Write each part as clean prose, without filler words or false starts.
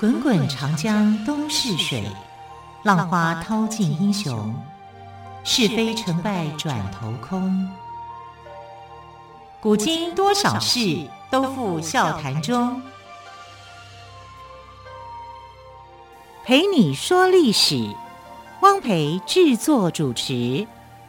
滚滚长江东逝水，浪花淘尽英雄。是非成败转头空。古今多少事，都付笑谈中。陪你说历史，汪培制作主持。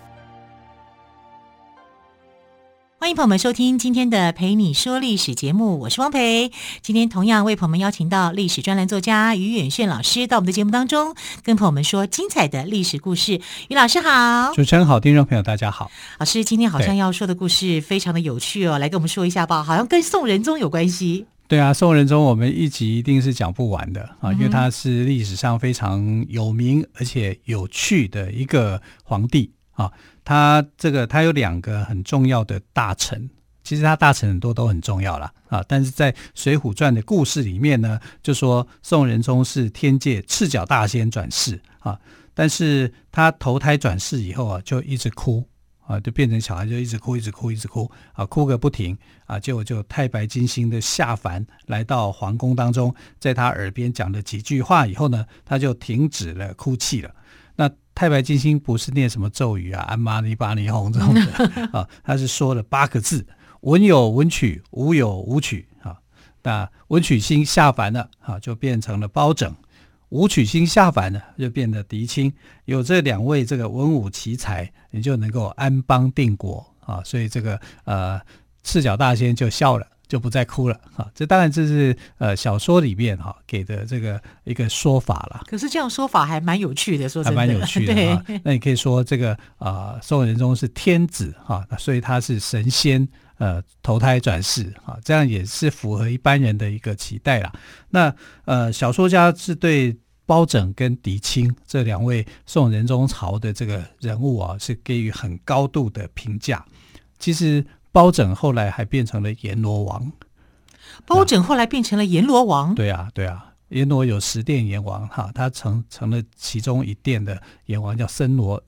欢迎朋友们收听今天的陪你说历史节目，我是汪培。今天同样为朋友们邀请到历史专栏作家于远炫老师到我们的节目当中，跟朋友们说精彩的历史故事。于老师好。 主持人好，听众朋友大家好。 老师今天好像要说的故事非常的有趣哦，来跟我们说一下吧，好像跟宋仁宗有关系。 对啊，宋仁宗我们一集一定是讲不完的啊，因为他是历史上非常有名而且有趣的一个皇帝啊。他有两个很重要的大臣，其实他大臣很多都很重要啦啊，但是在《水浒传》的故事里面呢，就说宋仁宗是天界赤脚大仙转世啊，但是他投胎转世以后啊，就一直哭啊，就变成小孩，就一直哭啊，哭个不停啊，结果就太白金星的下凡来到皇宫当中，在他耳边讲了几句话以后呢，他就停止了哭泣了。那太白金星不是念什么咒语啊，安妈尼巴尼哄这种的啊，他是说了8个字：文有文曲，武有武曲啊。那文曲星下凡了啊，就变成了包拯；武曲星下凡了，就变得狄青。有这2位这个文武奇才，你就能够安邦定国啊。所以这个赤脚大仙就笑了，就不再哭了啊！这当然这是小说里面给的这个一个说法了。可是这样说法还蛮有趣的，说真的还蛮有趣的啊。那你可以说这个宋仁宗是天子啊，所以他是神仙投胎转世啊，这样也是符合一般人的一个期待啦。那小说家是对包拯跟狄青这2位宋仁宗朝的这个人物啊，是给予很高度的评价。其实包拯后来还变成了阎罗王。 包拯后来变成了阎罗王？ 对啊，阎罗有10殿阎王哈，他成了其中一殿的阎王，叫森罗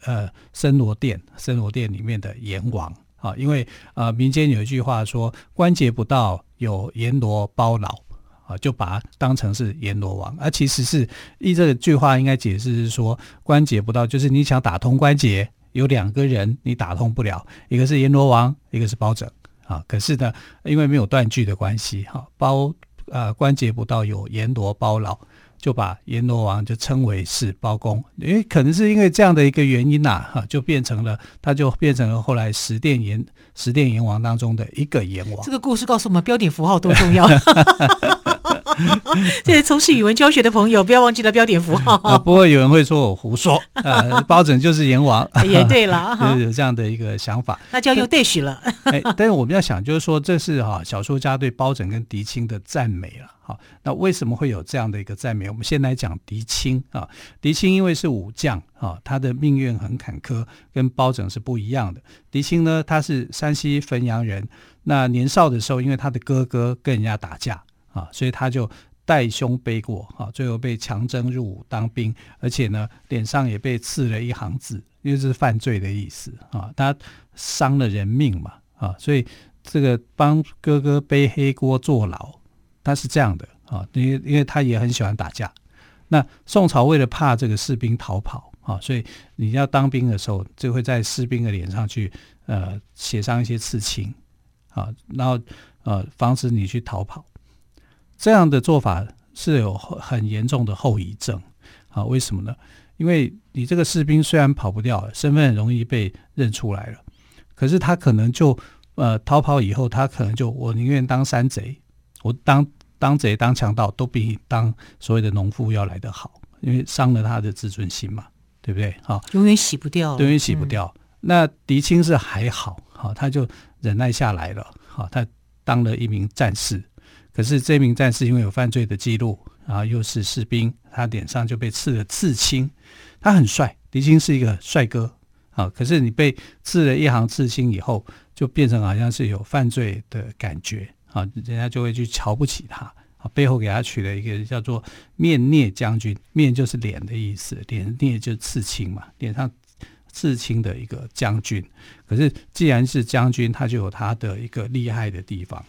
殿里面的阎王啊。因为民间有一句话说，关节不到有阎罗包老啊，就把它当成是阎罗王。其实是依这句话应该解释是说，关节不到就是你想打通关节，有2个人你打通不了，一个是阎罗王，一个是包拯啊。可是呢，因为没有断句的关系哈，关节不到有阎罗包老，就把阎罗王就称为是包公。可能是因为这样的一个原因就变成了后来10殿阎王当中的一个阎王。 这个故事告诉我们标点符号多重要。这从事语文教学的朋友不要忘记了标点符号不会有人会说我胡说包拯就是阎王也对了就是有这样的一个想法， 那就要用 dash 了但是我们要想就是说，这是小说家对包拯跟狄青的赞美了。那为什么会有这样的一个赞美？我们先来讲狄青狄青因为是武将他的命运很坎坷，跟包拯是不一样的。狄青呢，他是山西汾阳人，那年少的时候因为他的哥哥跟人家打架所以他就带兄背过最后被强征入伍当兵，而且呢脸上也被刺了一行字，因为这是犯罪的意思他伤了人命嘛所以这个帮哥哥背黑锅坐牢，他是这样的因为他也很喜欢打架。那宋朝为了怕这个士兵逃跑所以你要当兵的时候就会在士兵的脸上去写上一些刺青然后防止你去逃跑。这样的做法是有很严重的后遗症为什么呢？因为你这个士兵虽然跑不掉，身份很容易被认出来了，可是他可能就逃跑以后，他可能就我宁愿当山贼，我当贼当强盗都比当所谓的农夫要来得好，因为伤了他的自尊心嘛，对不对永远洗不掉。 那狄青是还好他就忍耐下来了他当了一名战士。可是这名战士因为有犯罪的记录，然后又是士兵，他脸上就被刺了刺青。他很帅，狄青是一个帅哥可是你被刺了一行刺青以后，就变成好像是有犯罪的感觉人家就会去瞧不起他背后给他取了一个叫做面臬将军，面就是脸的意思，臬就是刺青嘛，脸上刺青的一个将军。可是既然是将军，他就有他的一个厉害的地方。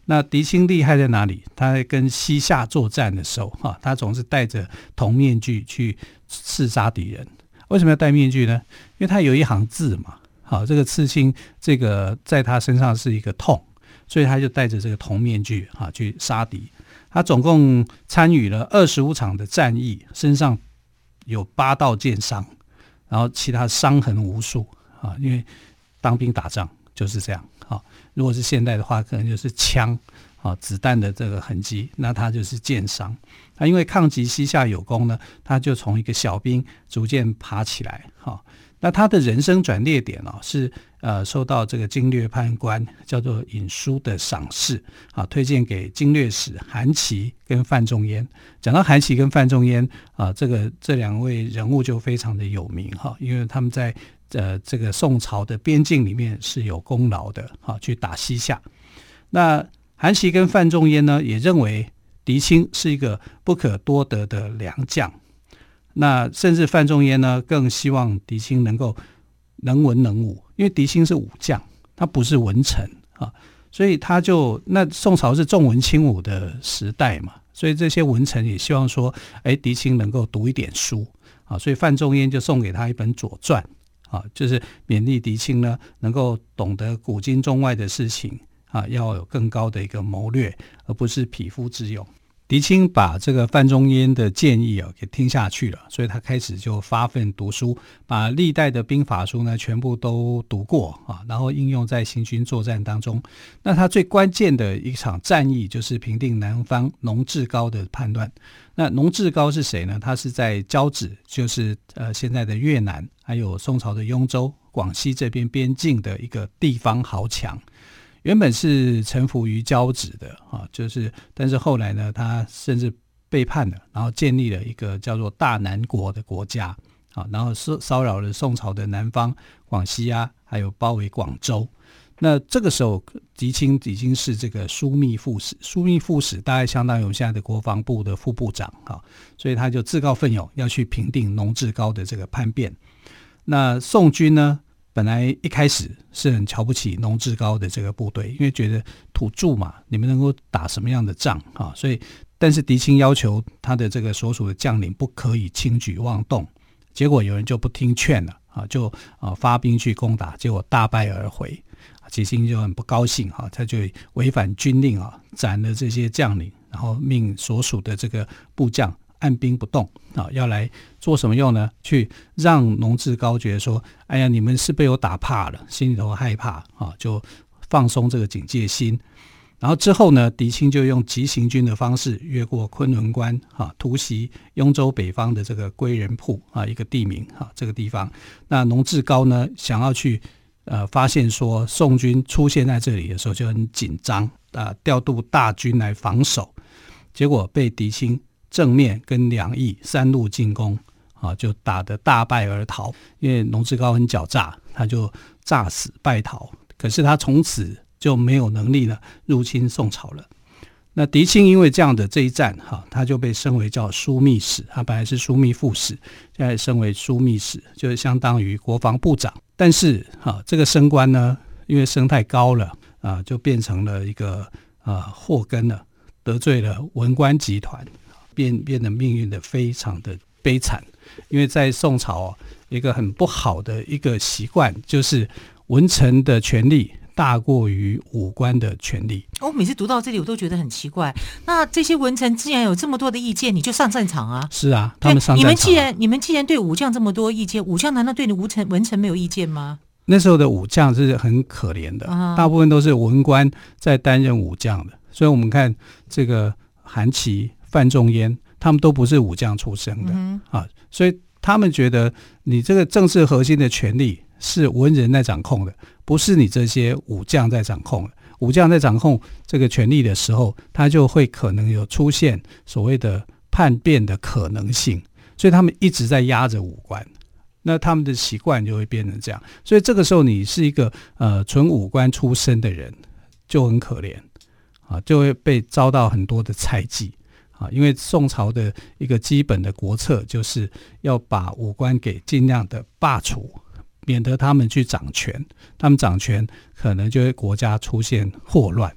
那狄青厉害在哪里？他在跟西夏作战的时候他总是戴着铜面具去刺杀敌人。为什么要戴面具呢？因为他有一行字嘛，这个刺青这个在他身上是一个痛，所以他就戴着这个铜面具去杀敌。他总共参与了25场的战役，身上有8道箭伤，然后其他伤痕无数因为当兵打仗就是这样如果是现代的话，可能就是枪子弹的这个痕迹，那他就是箭伤。他因为抗击西夏有功呢，他就从一个小兵逐渐爬起来那他的人生转捩点是受到这个经略判官叫做尹舒的赏识推荐给经略使韩琦跟范仲淹。讲到韩琦跟范仲淹这两位人物就非常的有名因为他们在这个宋朝的边境里面是有功劳的去打西夏。那韩琦跟范仲淹呢，也认为狄青是一个不可多得的良将。那甚至范仲淹呢，更希望狄青能够能文能武，因为狄青是武将，他不是文臣所以他就那宋朝是重文轻武的时代嘛，所以这些文臣也希望说，狄青能够读一点书所以范仲淹就送给他一本《左传》就是勉励狄青呢能够懂得古今中外的事情要有更高的一个谋略，而不是匹夫之勇。狄青把这个范仲淹的建议给听下去了，所以他开始就发奋读书，把历代的兵法书呢全部都读过然后应用在行军作战当中。那他最关键的一场战役就是平定南方农志高的叛乱。那农志高是谁呢？他是在交趾，就是现在的越南，还有宋朝的雍州、广西这边边境的一个地方豪强。原本是臣服于交趾的但是后来呢，他甚至背叛了，然后建立了一个叫做大南国的国家然后骚扰了宋朝的南方广西还有包围广州。那这个时候狄青已经是这个枢密副使，枢密副使大概相当于我们现在的国防部的副部长所以他就自告奋勇要去平定农志高的这个叛变。那宋军呢，本来一开始是很瞧不起农志高的这个部队，因为觉得土著嘛，你们能够打什么样的仗所以但是狄青要求他的这个所属的将领不可以轻举妄动，结果有人就不听劝了就发兵去攻打，结果大败而回。狄青就很不高兴他就违反军令斩了这些将领，然后命所属的这个部将按兵不动要来做什么用呢？去让农志高觉得说，哎呀，你们是被我打怕了，心里头害怕就放松这个警戒心。然后之后呢，狄青就用急行军的方式越过昆仑关突袭雍州北方的这个归仁铺一个地名这个地方。那农志高呢，想要去发现说宋军出现在这里的时候就很紧张调度大军来防守，结果被狄青正面跟两翼3路进攻就打得大败而逃。因为农志高很狡诈，他就诈死败逃，可是他从此就没有能力呢入侵宋朝了。那狄青因为这样的这一战他就被升为叫枢密使，他本来是枢密副使，现在升为枢密使，就是相当于国防部长。但是这个升官呢，因为升太高了就变成了一个祸根了，得罪了文官集团，变得命运的非常的悲惨。因为在宋朝一个很不好的一个习惯，就是文臣的权力大过于武官的权力。 我每次读到这里我都觉得很奇怪，那这些文臣既然有这么多的意见，你就上战场啊。 是啊，他们上战场你们既然对武将这么多意见，武将难道对你文臣没有意见吗？ 那时候的武将是很可怜的大部分都是文官在担任武将的。所以我们看这个韩琦、范仲淹，他们都不是武将出身的所以他们觉得你这个政治核心的权力是文人在掌控的，不是你这些武将在掌控的。武将在掌控这个权力的时候，他就会可能有出现所谓的叛变的可能性，所以他们一直在压着武官，那他们的习惯就会变成这样。所以这个时候你是一个纯武官出身的人就很可怜就会被遭到很多的猜忌因为宋朝的一个基本的国策就是要把武官给尽量的罢除，免得他们去掌权，他们掌权可能就会国家出现祸乱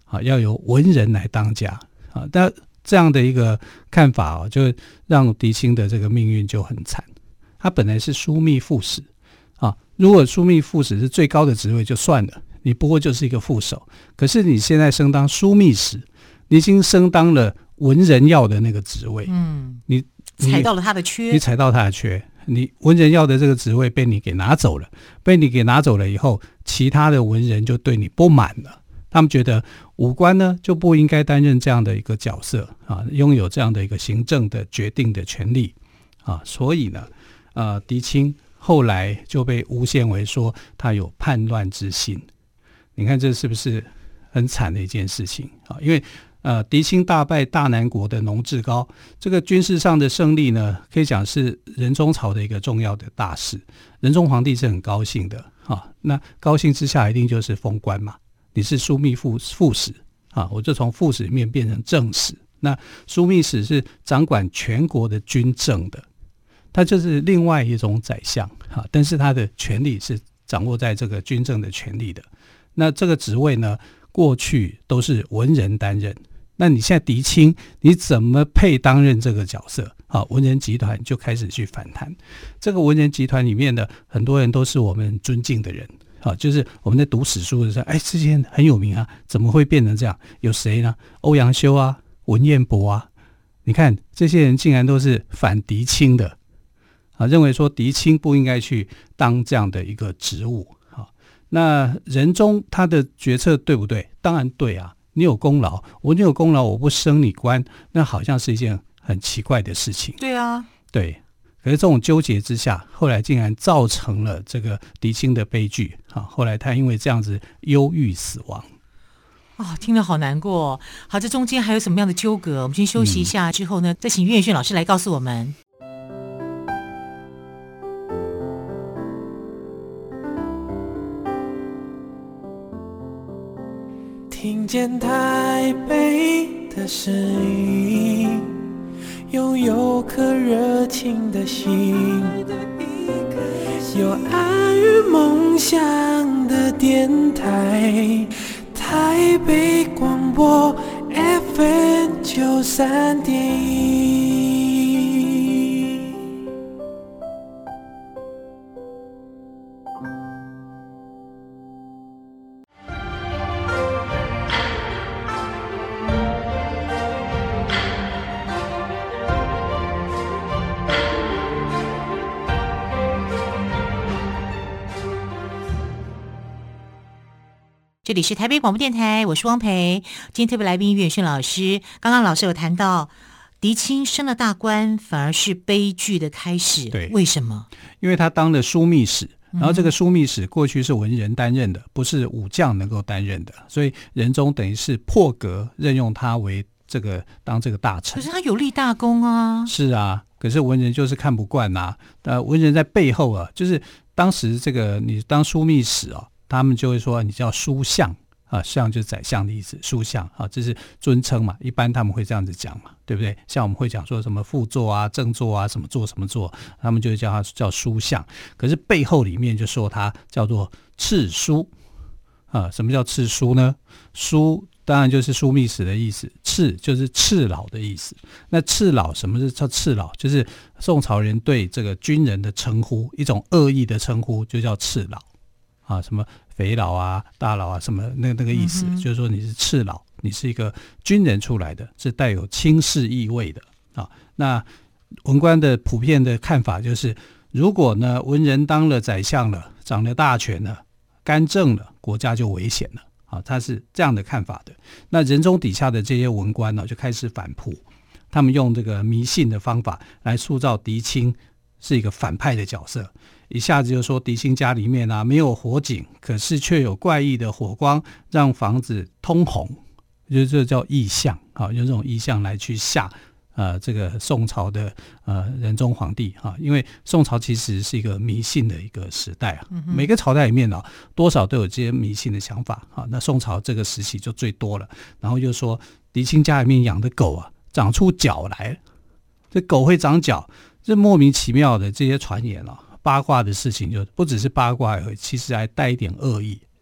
要由文人来当家但这样的一个看法就让狄青的这个命运就很惨。他本来是枢密副使如果枢密副使是最高的职位就算了，你不过就是一个副手，可是你现在升当枢密使，你已经升当了文人要的那个职位，你踩到了他的缺， 你踩到他的缺，你文人要的这个职位被你给拿走了，被你给拿走了以后，其他的文人就对你不满了，他们觉得武官呢就不应该担任这样的一个角色拥有这样的一个行政的决定的权利所以呢狄青后来就被诬陷为说他有叛乱之心。你看这是不是很惨的一件事情因为狄青大败大南国的农志高，这个军事上的胜利呢，可以讲是仁宗朝的一个重要的大事。仁宗皇帝是很高兴的那高兴之下一定就是封官嘛，你是枢密副使我就从副使里面变成正使。那枢密使是掌管全国的军政的，他就是另外一种宰相但是他的权力是掌握在这个军政的权力的。那这个职位呢，过去都是文人担任，那你现在狄青你怎么配担任这个角色文人集团就开始去反弹。这个文人集团里面的很多人都是我们尊敬的人就是我们在读史书的时候这些人很有名怎么会变成这样？有谁呢？欧阳修文彦博你看这些人竟然都是反狄青的认为说狄青不应该去当这样的一个职务那仁宗他的决策对不对？当然对你有功劳，你有功劳我不升你官，那好像是一件很奇怪的事情。 对对，可是这种纠结之下，后来竟然造成了这个狄青的悲剧后来他因为这样子忧郁死亡。 听了好难过好，这中间还有什么样的纠葛？我们先休息一下，之后呢再请岳轩老师来告诉我们。 听见台北的声音，拥有颗热情的心，有爱与梦想的电台，台北广播 FM93.1。 这里是台北广播电台，我是汪培。今天特别来宾岳轩老师，刚刚老师有谈到狄青升了大官反而是悲剧的开始， 对， 为什么？ 因为他当了枢密使，然后这个枢密使过去是文人担任的，不是武将能够担任的，所以仁宗等于是破格任用他为当这个大臣。 可是他有立大功是可是文人就是看不惯文人在背后就是当时这个你当枢密使他们就会说你叫书相相就是宰相的意思，书相这是尊称嘛，一般他们会这样子讲嘛，对不对？像我们会讲说什么副座正座什么座什么座，他们就会叫他叫书相。可是背后里面就说他叫做赤书什么叫赤书呢？书当然就是枢密使的意思，赤就是赤老的意思。那赤老，什么是叫赤老？就是宋朝人对这个军人的称呼，一种恶意的称呼，就叫赤老什么肥老大老什么那个意思，就是说你是赤老，你是一个军人出来的，是带有轻视意味的那文官的普遍的看法就是，如果呢文人当了宰相了，掌了大权了，干政了，国家就危险了他是这样的看法的。那仁宗底下的这些文官就开始反扑，他们用这个迷信的方法来塑造狄青是一个反派的角色，一下子就说狄青家里面没有火警，可是却有怪异的火光让房子通红，就这叫异象用这种异象来去吓这个宋朝的仁宗皇帝因为宋朝其实是一个迷信的一个时代每个朝代里面多少都有这些迷信的想法那宋朝这个时期就最多了。然后又说狄青家里面养的狗长出脚来，这狗会长脚，这莫名其妙的这些传言八卦的事情就不只是八卦而已，其实还带一点恶意，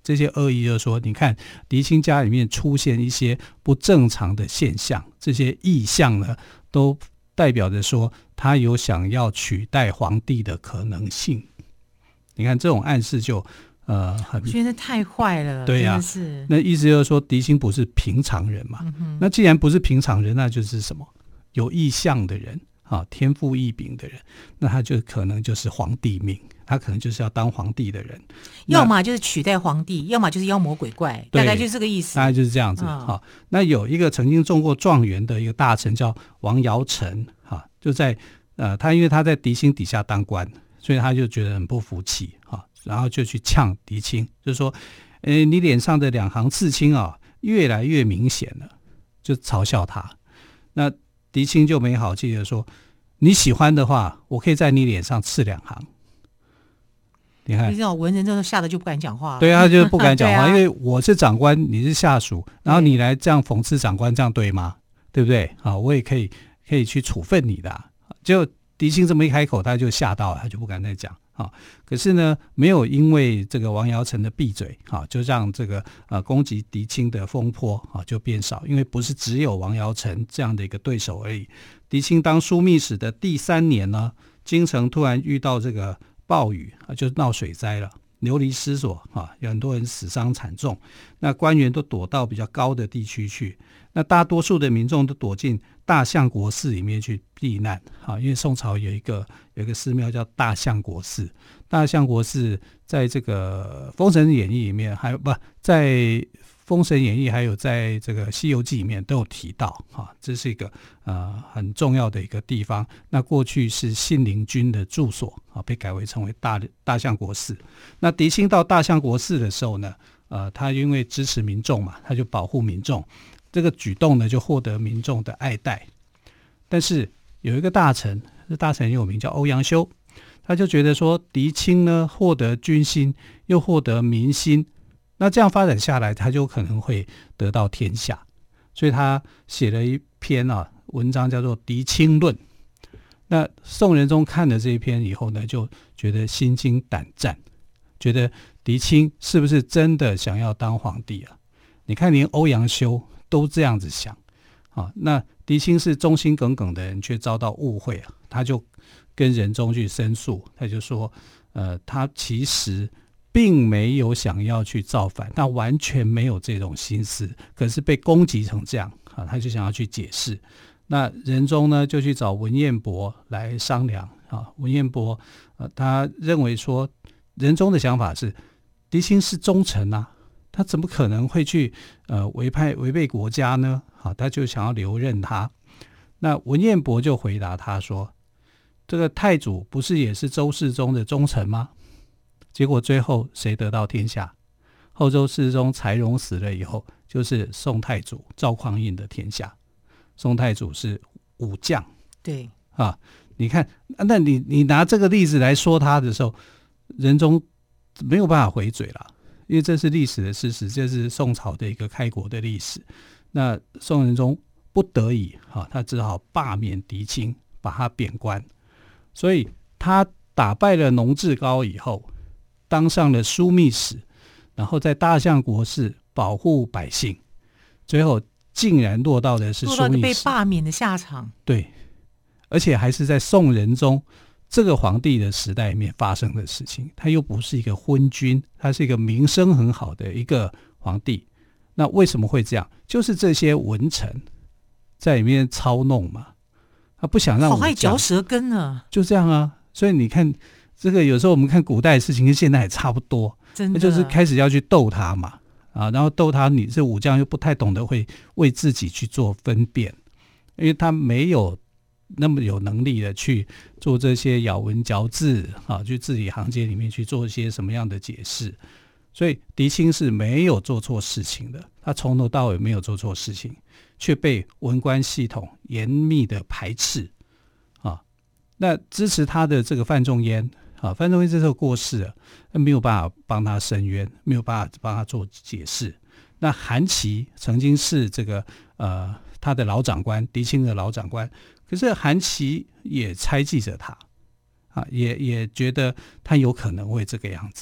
这些恶意就是说，你看狄青家里面出现一些不正常的现象，这些异象呢，都代表着说他有想要取代皇帝的可能性。你看这种暗示就很， 我觉得太坏了。 对呀、 是那意思就是说狄青不是平常人嘛，那既然不是平常人，那就是什么有异象的人啊，天赋异禀的人，那他就可能就是皇帝命，他可能就是要当皇帝的人， 要么就是取代皇帝，要么就是妖魔鬼怪，大概就是这个意思。 大概就是这样子。好，那有一个曾经中过状元的一个大臣叫王尧臣，哈，就在他因为他在狄青底下当官，所以他就觉得很不服气，哈，然后就去呛狄青，就是说，你脸上的2行刺青啊，越来越明显了，就嘲笑他。那狄青就没好气的说，你喜欢的话，我可以在你脸上刺2行。你看， 这种文人真的吓得就不敢讲话了。 对啊，就是不敢讲话， 对啊， 因为我是长官，你是下属，然后你来这样讽刺长官，这样对吗？对不对？啊，我也可以去处分你的啊。就狄青这么一开口，他就吓到了，他就不敢再讲啊。可是呢，没有因为这个王尧臣的闭嘴啊，就让这个攻击狄青的风波啊就变少，因为不是只有王尧臣这样的一个对手而已。狄青当枢密使的第3年呢，京城突然遇到这个暴雨啊，就闹水灾了，流离失所啊，有很多人死伤惨重。那官员都躲到比较高的地区去，那大多数的民众都躲进大相国寺里面去避难啊。因为宋朝有一个寺庙叫大相国寺，大相国寺在这个《封神演义》里面，还有在《封神演义》还有在这个《西游记》里面都有提到啊，这是一个很重要的一个地方。那过去是信陵君的住所啊，被改为成为大相国寺。那狄青到大相国寺的时候呢，他因为支持民众嘛，他就保护民众，这个举动呢就获得民众的爱戴。但是有一个大臣，这大臣很有名，叫欧阳修，他就觉得说狄青呢获得军心又获得民心，那这样发展下来，他就可能会得到天下，所以他写了一篇文章叫做《狄青论》。那宋仁宗看了这一篇以后呢，就觉得心惊胆战，觉得狄青是不是真的想要当皇帝啊？你看连欧阳修都这样子想啊，那狄青是忠心耿耿的人，却遭到误会啊，他就跟仁宗去申诉，他就说他其实并没有想要去造反，他完全没有这种心思，可是被攻击成这样啊，他就想要去解释。那仁宗呢就去找文彦博来商量啊。文彦博他认为说，仁宗的想法是狄青是忠臣啊，他怎么可能会去违背国家呢？好，他就想要留任他。那文彦博就回答他说，这个太祖不是也是周世宗的忠臣吗？结果最后谁得到天下？后周世宗柴荣死了以后，就是宋太祖赵匡胤的天下。宋太祖是武将， 对啊，你看，那你拿这个例子来说他的时候，仁宗没有办法回嘴了，因为这是历史的事实，这是宋朝的一个开国的历史。那宋仁宗不得已他只好罢免狄青，把他贬官。所以他打败了农志高以后，当上了枢密使，然后在大相国寺保护百姓，最后竟然落到的是枢密使， 被罢免的下场。 对，而且还是在宋仁宗这个皇帝的时代里面发生的事情。他又不是一个昏君，他是一个名声很好的一个皇帝。那为什么会这样？就是这些文臣在里面操弄嘛，他不想让好爱嚼舌根啊， 就这样啊。所以你看，这个有时候我们看古代的事情跟现在也差不多， 真的就是开始要去斗他嘛，然后斗他，你是武将又不太懂得会为自己去做分辨，因为他没有那么有能力的去做这些咬文嚼字去字里行间里面去做一些什么样的解释。所以狄青是没有做错事情的，他从头到尾没有做错事情，却被文官系统严密的排斥那支持他的这个范仲淹范仲淹这时候过世了，没有办法帮他伸冤，没有办法帮他做解释。那韩琦曾经是这个他的老长官，狄青的老长官，可是韩琦也猜忌着他也觉得他有可能会这个样子，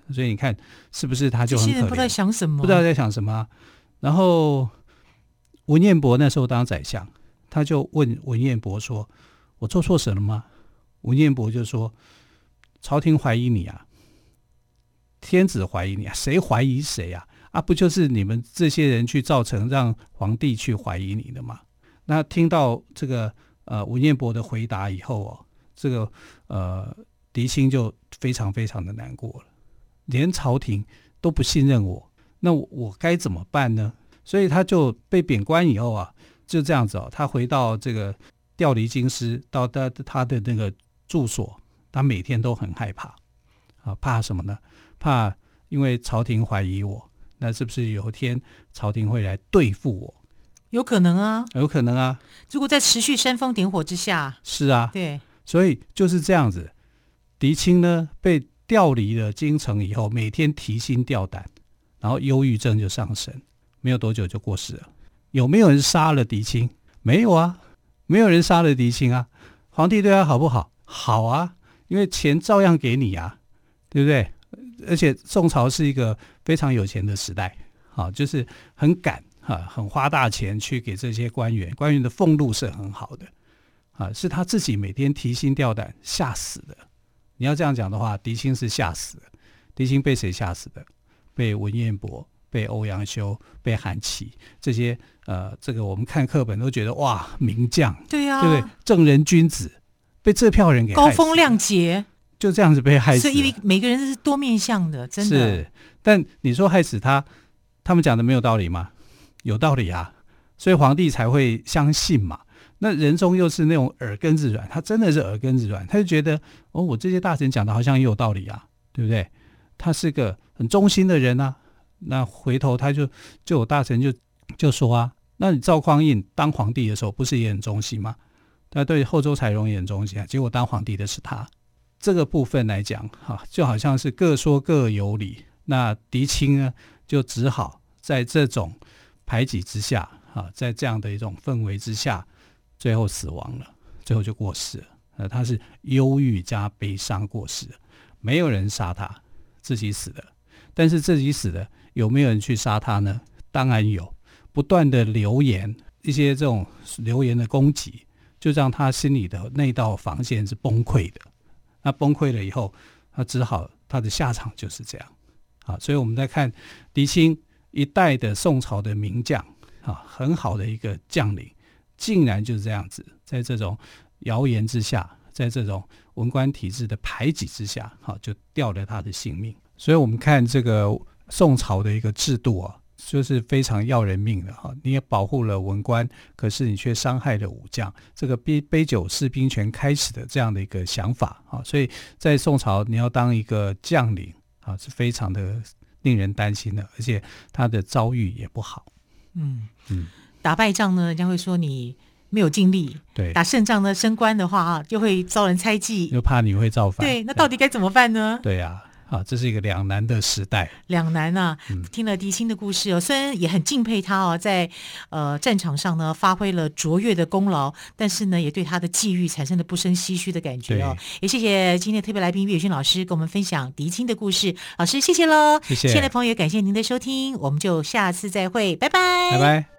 所以你看是不是他就很可怜？ 这些人不知道在想什么， 不知道在想什么啊。然后文彦博那时候当宰相，他就问文彦博说：“我做错什么了吗？”文彦博就说：“朝廷怀疑你啊，天子怀疑你啊，谁怀疑谁啊？啊，不就是你们这些人去造成让皇帝去怀疑你的吗？”那听到这个文彦博的回答以后哦，这个狄青就非常非常的难过了，连朝廷都不信任我，那我该怎么办呢？所以他就被贬官以后啊，就这样子哦，他回到这个调离京师，到他的那个住所，他每天都很害怕啊，怕什么呢？怕因为朝廷怀疑我，那是不是有一天朝廷会来对付我？ 有可能啊， 有可能啊。 如果在持续煽风点火之下， 是啊， 对， 所以就是这样子。狄青呢被调离了京城以后，每天提心吊胆，然后忧郁症就上升，没有多久就过世了。有没有人杀了狄青？没有啊，没有人杀了狄青啊。皇帝对他好不好？好啊，因为钱照样给你啊，对不对？而且宋朝是一个非常有钱的时代，就是很敢很花大钱去给这些官员，官员的俸禄是很好的是他自己每天提心吊胆，吓死的。你要这样讲的话，狄青是吓死的。狄青被谁吓死的？被文彦博、被欧阳修、被韩琦这些这个我们看课本都觉得哇名将， 对啊， 对不对？正人君子，被这票人给害死， 高风亮节， 就这样子被害死了。 所以因为每个人是多面向的，真的是。但你说害死他们讲的没有道理吗？有道理啊，所以皇帝才会相信嘛。那仁宗又是那种耳根子软，他真的是耳根子软，他就觉得我这些大臣讲的好像也有道理啊，对不对？他是个很忠心的人啊。那回头他就有大臣就说啊，那你赵匡胤当皇帝的时候不是也很忠心吗？他对后周采荣也很忠心啊，结果当皇帝的是他。这个部分来讲就好像是各说各有理。那狄青呢就只好在这种排挤之下在这样的一种氛围之下，最后死亡了，最后就过世了。他是忧郁加悲伤过世的，没有人杀他，自己死的。但是自己死的有没有人去杀他呢？当然有，不断的流言，一些这种流言的攻击，就让他心里的那道防线是崩溃的。那崩溃了以后，他只好他的下场就是这样所以我们在看狄青一代的宋朝的名将很好的一个将领，竟然就是这样子，在这种谣言之下，在这种文官体制的排挤之下就掉了他的性命。所以我们看这个宋朝的一个制度就是非常要人命的你也保护了文官，可是你却伤害了武将，这个杯酒释兵权开始的这样的一个想法所以在宋朝你要当一个将领是非常的令人担心的，而且他的遭遇也不好。 打败仗呢，人家会说你没有尽力； 对， 打胜仗呢，升官的话就会遭人猜忌， 就怕你会造反。 对，那到底该怎么办呢？ 对啊，这是一个两难的时代。 两难啊！听了狄青的故事虽然也很敬佩他在战场上呢发挥了卓越的功劳，但是呢也对他的际遇产生了不胜唏嘘的感觉也谢谢今天的特别来宾岳勋老师跟我们分享狄青的故事，老师谢谢喽！ 谢谢， 亲爱的朋友，感谢您的收听，我们就下次再会，拜拜， 拜拜。